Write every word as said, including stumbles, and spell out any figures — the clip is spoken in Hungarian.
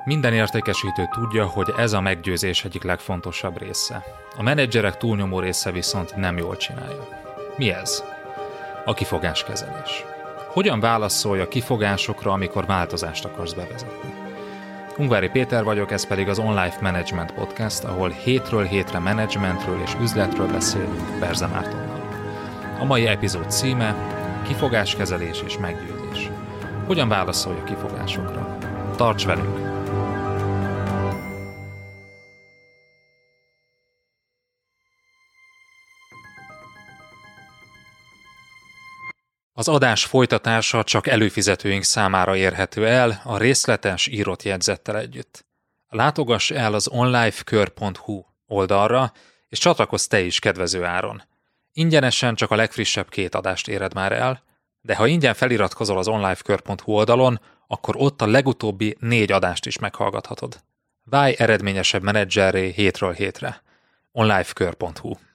Minden értékesítő tudja, hogy ez a meggyőzés egyik legfontosabb része. A menedzserek túlnyomó része viszont nem jól csinálja. Mi ez? A kifogáskezelés. Hogyan válaszolj a kifogásokra, amikor változást akarsz bevezetni? Ungvári Péter vagyok, ez pedig az OnLife Management Podcast, ahol hétről hétre menedzsmentről és üzletről beszélünk Berze Mártonnal. A mai epizód címe Kifogáskezelés és meggyőzés. Hogyan válaszolj a kifogásokra? Tarts velünk! Az adás folytatása csak előfizetőink számára érhető el a részletes írott jegyzettel együtt. Látogass el az onlifekör pont hu oldalra, és csatlakozz te is kedvező áron. Ingyenesen csak a legfrissebb két adást éred már el, de ha ingyen feliratkozol az onlifekör pont hu oldalon, akkor ott a legutóbbi négy adást is meghallgathatod. Válj eredményesebb menedzserré hétről hétre. onlifekör pont hu